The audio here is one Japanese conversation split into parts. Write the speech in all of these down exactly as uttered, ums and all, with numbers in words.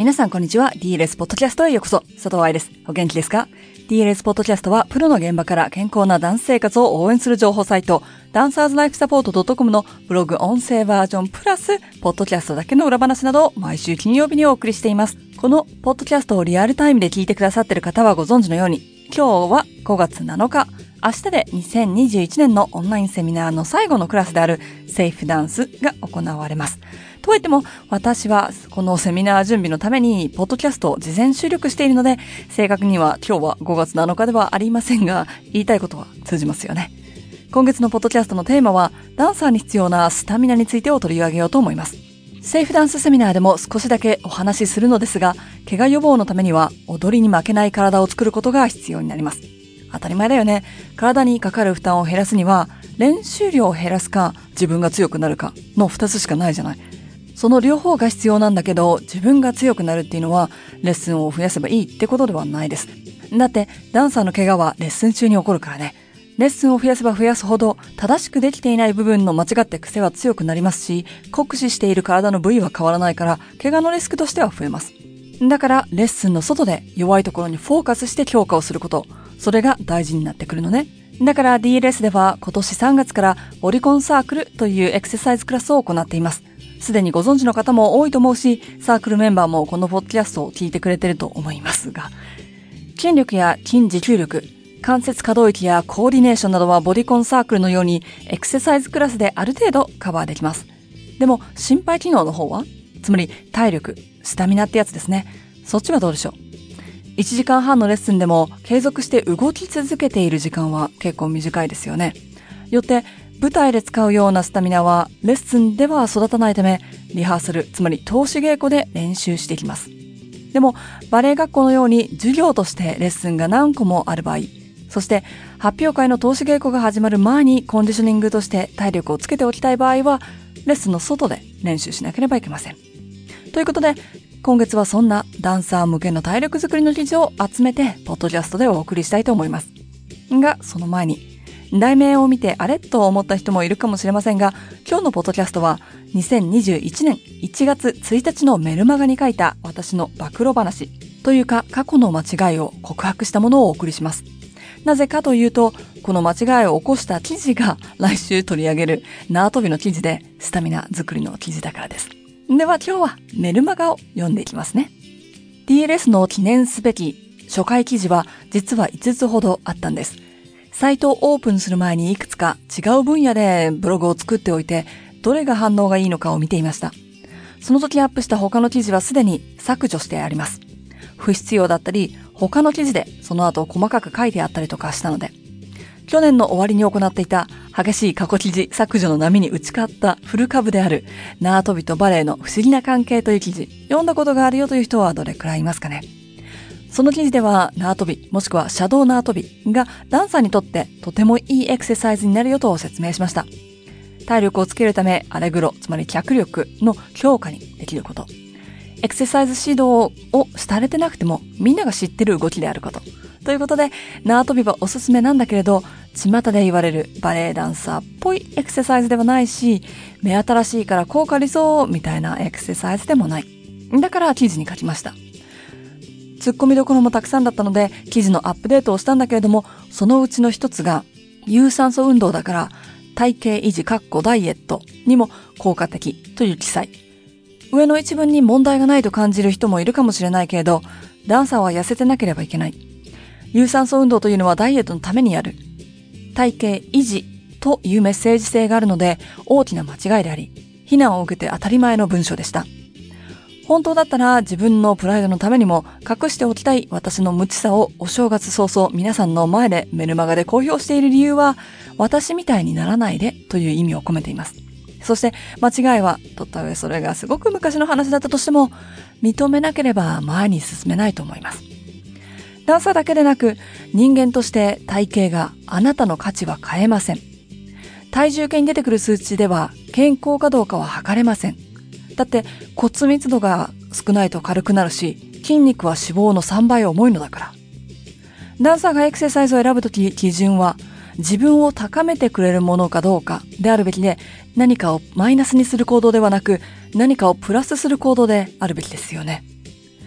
皆さんこんにちは。 ディーエルエス ポッドキャストへようこそ。佐藤愛です。お元気ですか？ ディーエルエス ポッドキャストはプロの現場から健康なダンス生活を応援する情報サイトダンサーズライフサポート .com のブログ音声バージョンプラスポッドキャストだけの裏話などを毎週金曜日にお送りしています。このポッドキャストをリアルタイムで聞いてくださっている方はご存知のように、今日はごがつなのか、明日でにせんにじゅういちねんのオンラインセミナーの最後のクラスであるセーフダンスが行われます。とはいっても私はこのセミナー準備のためにポッドキャストを事前収録しているので、正確には今日はごがつなのかではありませんが、言いたいことは通じますよね。今月のポッドキャストのテーマはダンサーに必要なスタミナについてを取り上げようと思います。セーフダンスセミナーでも少しだけお話しするのですが、怪我予防のためには踊りに負けない体を作ることが必要になります。当たり前だよね。体にかかる負担を減らすには練習量を減らすか自分が強くなるかのふたつしかないじゃない。その両方が必要なんだけど、自分が強くなるっていうのはレッスンを増やせばいいってことではないです。だってダンサーの怪我はレッスン中に起こるからね。レッスンを増やせば増やすほど正しくできていない部分の間違って癖は強くなりますし、酷使している体の部位は変わらないから怪我のリスクとしては増えます。だからレッスンの外で弱いところにフォーカスして強化をすること、それが大事になってくるのね。だから ディーエルエス では今年さんがつからボディコンサークルというエクササイズクラスを行っています。すでにご存知の方も多いと思うし、サークルメンバーもこのポッドキャストを聞いてくれてると思いますが、筋力や筋持久力、関節可動域やコーディネーションなどはボディコンサークルのようにエクササイズクラスである程度カバーできます。でも心肺機能の方は、つまり体力、スタミナってやつですね。そっちはどうでしょう。いちじかんはんのレッスンでも継続して動き続けている時間は結構短いですよね。よって舞台で使うようなスタミナはレッスンでは育たないため、リハーサル、つまり通し稽古で練習していきます。でもバレエ学校のように授業としてレッスンが何個もある場合、そして発表会の通し稽古が始まる前にコンディショニングとして体力をつけておきたい場合は、レッスンの外で練習しなければいけません。ということで今月はそんなダンサー向けの体力づくりの記事を集めてポッドキャストでお送りしたいと思います。が、その前に題名を見てあれと思った人もいるかもしれませんが、今日のポッドキャストはにせんにじゅういちねんいちがつついたちのメルマガに書いた私の暴露話というか、過去の間違いを告白したものをお送りします。なぜかというと、この間違いを起こした記事が来週取り上げる縄跳びの記事でスタミナ作りの記事だからです。では今日はメルマガを読んでいきますね。 ディーエルエス の記念すべき初回記事は実はいつつほどあったんです。サイトをオープンする前にいくつか違う分野でブログを作っておいて、どれが反応がいいのかを見ていました。その時アップした他の記事はすでに削除してあります。不必要だったり、他の記事でその後細かく書いてあったりとかしたので、去年の終わりに行っていた激しい過去記事削除の波に打ち勝ったフル株である縄跳びとバレエの不思議な関係という記事、読んだことがあるよという人はどれくらいいますかね。その記事では縄跳びもしくはシャドー縄跳びがダンサーにとってとてもいいエクササイズになるよと説明しました。体力をつけるためアレグロ、つまり脚力の強化にできること、エクササイズ指導をされてなくてもみんなが知ってる動きであることということで、縄跳びはおすすめなんだけれど、巷で言われるバレエダンサーっぽいエクササイズではないし、目新しいから効果ありそうみたいなエクササイズでもない。だから記事に書きました。突っ込みどころもたくさんだったので記事のアップデートをしたんだけれども、そのうちの一つが有酸素運動だから体型維持（ダイエット）にも効果的という記載。上の一文に問題がないと感じる人もいるかもしれないけれど、ダンサーは痩せてなければいけない。有酸素運動というのはダイエットのためにやる。体型維持というメッセージ性があるので大きな間違いであり、非難を受けて当たり前の文章でした。本当だったら自分のプライドのためにも隠しておきたい私の無知さをお正月早々皆さんの前でメルマガで公表している理由は、私みたいにならないでという意味を込めています。そして間違いはとった上、それがすごく昔の話だったとしても認めなければ前に進めないと思います。ダンサーだけでなく人間として体型があなたの価値は変えません。体重計に出てくる数値では健康かどうかは測れません。だって骨密度が少ないと軽くなるし、筋肉は脂肪のさんばい重いのだから。ダンサーがエクササイズを選ぶとき、基準は自分を高めてくれるものかどうかであるべきで、何かをマイナスにする行動ではなく何かをプラスする行動であるべきですよね。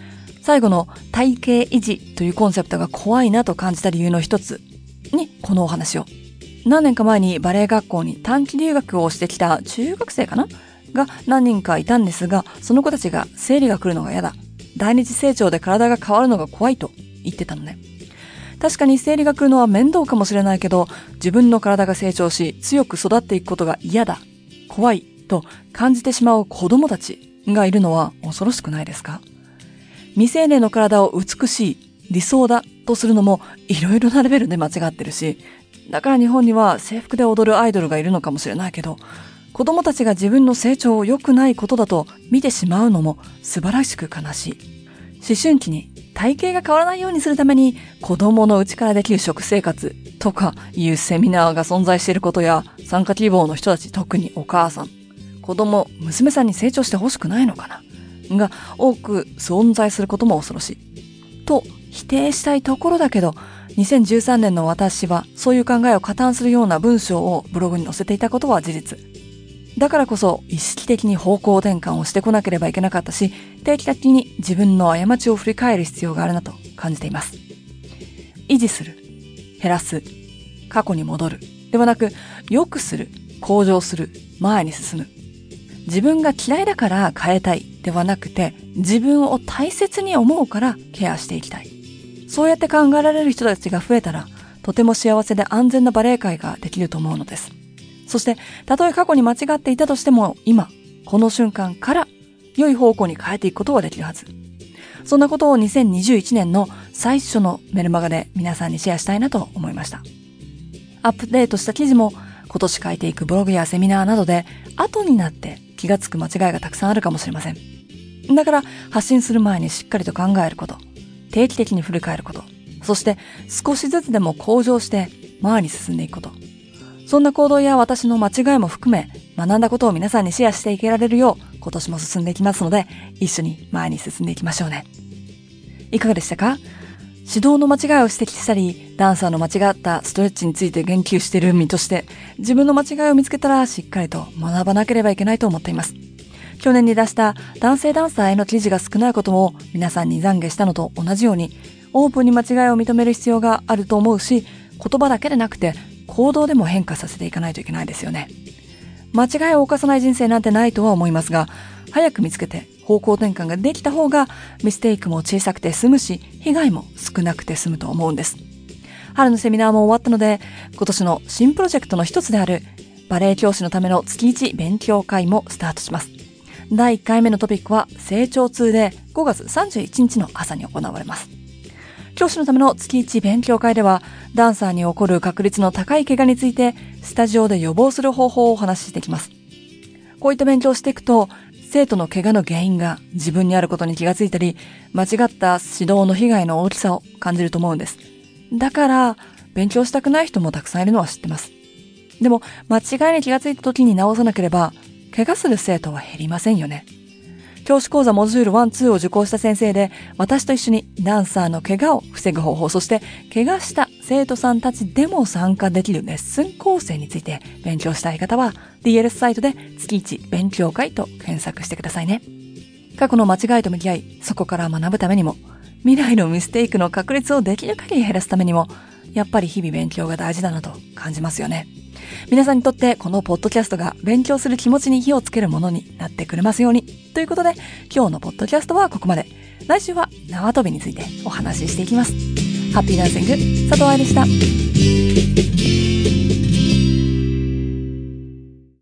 最後の体型維持というコンセプトが怖いなと感じた理由の一つにこのお話を。何年か前にバレエ学校に短期留学をしてきた中学生かなが何人かいたんですが、その子たちが生理が来るのが嫌だ。第二次成長で体が変わるのが怖いと言ってたのね。確かに生理が来るのは面倒かもしれないけど、自分の体が成長し強く育っていくことが嫌だ、怖いと感じてしまう子供たちがいるのは恐ろしくないですか？未成年の体を美しい、理想だとするのもいろいろなレベルで間違ってるし、だから日本には制服で踊るアイドルがいるのかもしれないけど、子供たちが自分の成長を良くないことだと見てしまうのも素晴らしく悲しい。思春期に体型が変わらないようにするために子供のうちからできる食生活とかいうセミナーが存在していることや、参加希望の人たち、特にお母さん、子供、娘さんに成長してほしくないのかなが多く存在することも恐ろしい。と否定したいところだけど、にせんじゅうさんねんの私はそういう考えを加担するような文章をブログに載せていたことは事実。だからこそ意識的に方向転換をしてこなければいけなかったし、定期的に自分の過ちを振り返る必要があるなと感じています。維持する、減らす、過去に戻るではなく、良くする、向上する、前に進む。自分が嫌いだから変えたいではなくて、自分を大切に思うからケアしていきたい。そうやって考えられる人たちが増えたら、とても幸せで安全なバレエ界ができると思うのです。そして、たとえ過去に間違っていたとしても、今、この瞬間から良い方向に変えていくことはできるはず。そんなことをにせんにじゅういちねんの最初のメルマガで皆さんにシェアしたいなと思いました。アップデートした記事も、今年書いていくブログやセミナーなどで、後になって気がつく間違いがたくさんあるかもしれません。だから、発信する前にしっかりと考えること。定期的に振り返ること。そして少しずつでも向上して前に進んでいくこと。そんな行動や私の間違いも含め学んだことを皆さんにシェアしていけられるよう今年も進んでいきますので、一緒に前に進んでいきましょうね。いかがでしたか？指導の間違いを指摘したり、ダンサーの間違ったストレッチについて言及している身として、自分の間違いを見つけたらしっかりと学ばなければいけないと思っています。去年に出した男性ダンサーへの記事が少ないことも皆さんに懺悔したのと同じように、オープンに間違いを認める必要があると思うし、言葉だけでなくて行動でも変化させていかないといけないですよね。間違いを犯さない人生なんてないとは思いますが、早く見つけて方向転換ができた方がミステイクも小さくて済むし、被害も少なくて済むと思うんです。春のセミナーも終わったので、今年の新プロジェクトの一つであるバレエ教師のための月いち勉強会もスタートします。だいいっかいめのトピックは成長痛でごがつさんじゅういちにちの朝に行われます。教師のための月いち勉強会では、ダンサーに起こる確率の高い怪我についてスタジオで予防する方法をお話ししていきます。こういった勉強をしていくと、生徒の怪我の原因が自分にあることに気がついたり、間違った指導の被害の大きさを感じると思うんです。だから、勉強したくない人もたくさんいるのは知ってます。でも、間違いに気がついた時に直さなければ、怪我する生徒は減りませんよね。教師講座モジュールいち、にを受講した先生で、私と一緒にダンサーの怪我を防ぐ方法、そして怪我した生徒さんたちでも参加できるレッスン構成について勉強したい方は、ディーエルエス サイトで月いち勉強会と検索してくださいね。過去の間違いと向き合い、そこから学ぶためにも、未来のミステイクの確率をできる限り減らすためにも、やっぱり日々勉強が大事だなと感じますよね。皆さんにとってこのポッドキャストが勉強する気持ちに火をつけるものになってくれますように。ということで、今日のポッドキャストはここまで。来週は縄跳びについてお話ししていきます。ハッピーダンシング、佐藤愛でした。